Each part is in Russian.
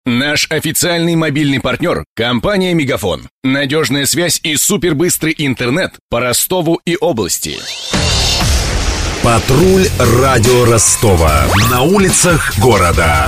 Наш официальный мобильный партнер – компания «Мегафон». Надежная связь и супербыстрый интернет по Ростову и области. Патруль радио Ростова. На улицах города.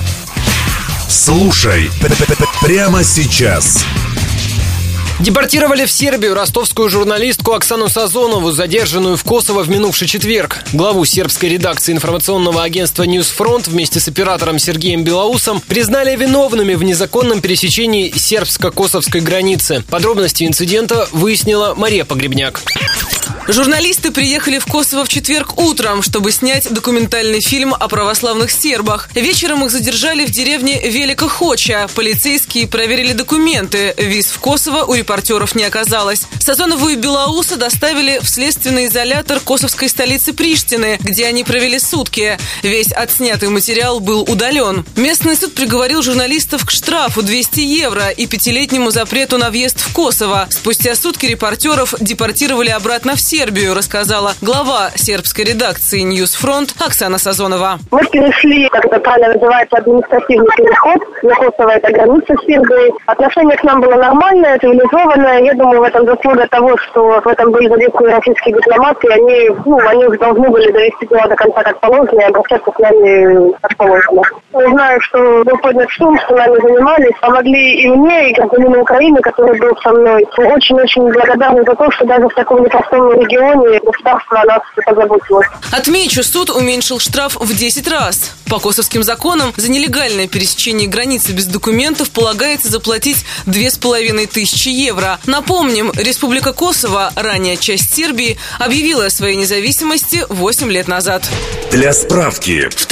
Слушай прямо сейчас. Депортировали в Сербию ростовскую журналистку Оксану Сазонову, задержанную в Косово в минувший четверг. Главу сербской редакции информационного агентства «Ньюсфронт» вместе с оператором Сергеем Белоусом признали виновными в незаконном пересечении сербско-косовской границы. Подробности инцидента выяснила Мария Погребняк. Журналисты приехали в Косово в четверг утром, чтобы снять документальный фильм о православных сербах. Вечером их задержали в деревне Велика Хоча. Полицейские проверили документы. Виз в Косово у репортеров не оказалось. Сазонову и Белоуса доставили в следственный изолятор косовской столицы Приштины, где они провели сутки. Весь отснятый материал был удален. Местный суд приговорил журналистов к штрафу 200 евро и 5-летнему запрету на въезд в Косово. Спустя сутки репортеров депортировали обратно в Сербию, рассказала глава сербской редакции «Ньюсфронт» Оксана Сазонова. Мы перешли, как это правильно называется, административный переход. Для Косово это граница с Сербией. Отношение к нам было нормальное, цивилизованное. Я думаю, в этом заслуга того, что в этом были задействованы российские дипломаты. Они уже должны были довести дело до конца как положено и обращаться к нами как положено. Я знаю, что был поднят шум, что нами занимались. Помогли и мне, и гражданину Украины, который был со мной. Очень-очень благодарны за то, что даже в таком непростом регионе государство о нас позаботилось. Отмечу, суд уменьшил штраф в 10 раз. По косовским законам за нелегальное пересечение границы без документов полагается заплатить 2500 евро. Напомним, Республика Косово, ранее часть Сербии, объявила о своей независимости 8 лет назад. Для справки. В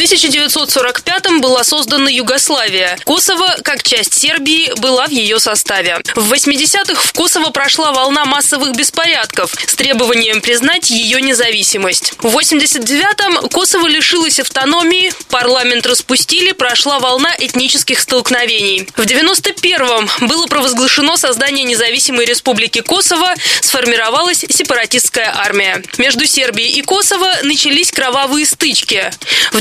1945-м была создана Югославия. Косово, как часть Сербии, была в ее составе. В 80-х в Косово прошла волна массовых беспорядков с требованием признать ее независимость. В 89-м Косово лишилось автономии, парламент распустили, прошла волна этнических столкновений. В 91-м было провозглашено создание независимой республики Косово, сформировалась сепаратистская армия. Между Сербией и Косово начались кровавые стычки. В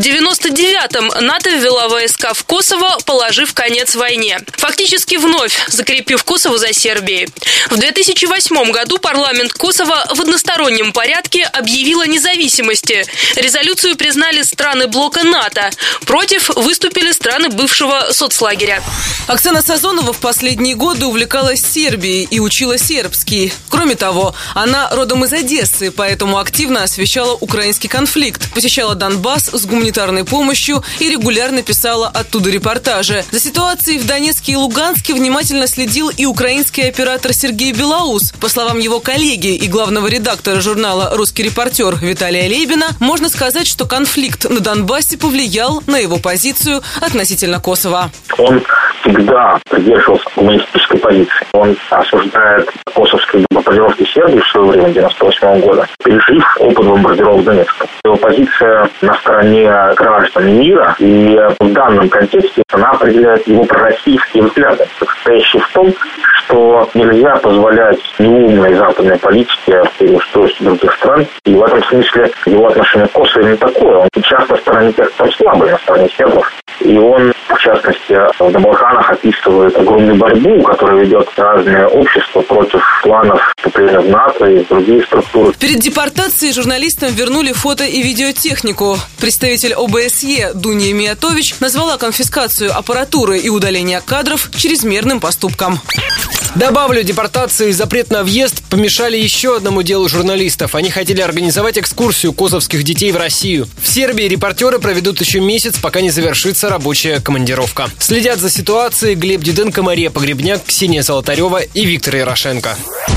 99-м НАТО ввела войска в Косово, положив конец войне. Фактически вновь закрепив Косово за Сербией. В 2008 году парламент Косово в одностороннем порядке объявил о независимости. Резолюцию признали страны блока НАТО. Против выступили страны бывшего соцлагеря. Оксана Сазонова в последние годы увлекалась Сербией и учила сербский. Кроме того, она родом из Одессы, поэтому активно освещала украинский конфликт, посещала Донбасс с гуманитарной помощью и регулярно писала оттуда репортажи. За ситуацией в Донецке и Луганске внимательно следил и украинский оператор Сергей Белоус. По словам его коллеги и главного редактора журнала «Русский репортер» Виталия Лейбина, можно сказать, что конфликт на Донбассе повлиял на его позицию относительно Косово. Он всегда придерживался гуманистической позиции. Он осуждает косовские бомбардировки Сербии в свое время, 1998 года, пережив опыт бомбардировок Донецка. Его позиция на стороне граждан мира, и в данном контексте она определяет его пророссийские взгляды, состоящие в том, что нельзя позволять неумной западной политике переустройства других стран. И в этом смысле его отношение к Косово не такое. Он часто на стороне тех, кто слабый, на стороне сербов. И он, в частности, на Балканах описывает огромную борьбу, которую ведет разные общества против планов вступления в НАТО и другие структуры. Перед депортацией журналистам вернули фото и видеотехнику. Представитель ОБСЕ Дуния Миятович назвала конфискацию аппаратуры и удаление кадров чрезмерным поступком. Добавлю, депортация и запрет на въезд помешали еще одному делу журналистов. Они хотели организовать экскурсию косовских детей в Россию. В Сербии репортеры проведут еще месяц, пока не завершится рабочая командировка. Следят за ситуацией Глеб Диденко, Мария Погребняк, Ксения Золотарева и Виктор Ярошенко.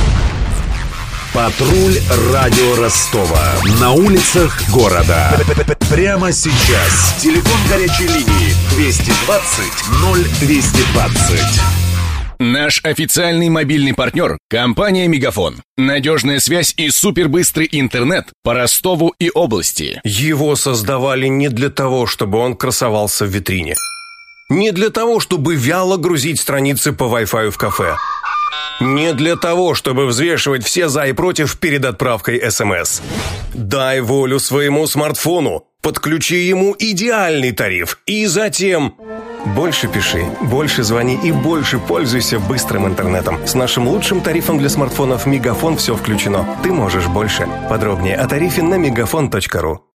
Патруль радио Ростова. На улицах города. Прямо сейчас. Телефон горячей линии 220 0220. Наш официальный мобильный партнер – компания «Мегафон». Надежная связь и супербыстрый интернет по Ростову и области. Его создавали не для того, чтобы он красовался в витрине. Не для того, чтобы вяло грузить страницы по Wi-Fi в кафе. Не для того, чтобы взвешивать все за и против перед отправкой СМС. Дай волю своему смартфону, подключи ему идеальный тариф и затем... Больше пиши, больше звони и больше пользуйся быстрым интернетом. С нашим лучшим тарифом для смартфонов Мегафон все включено. Ты можешь больше. Подробнее о тарифе на мегафон.ру.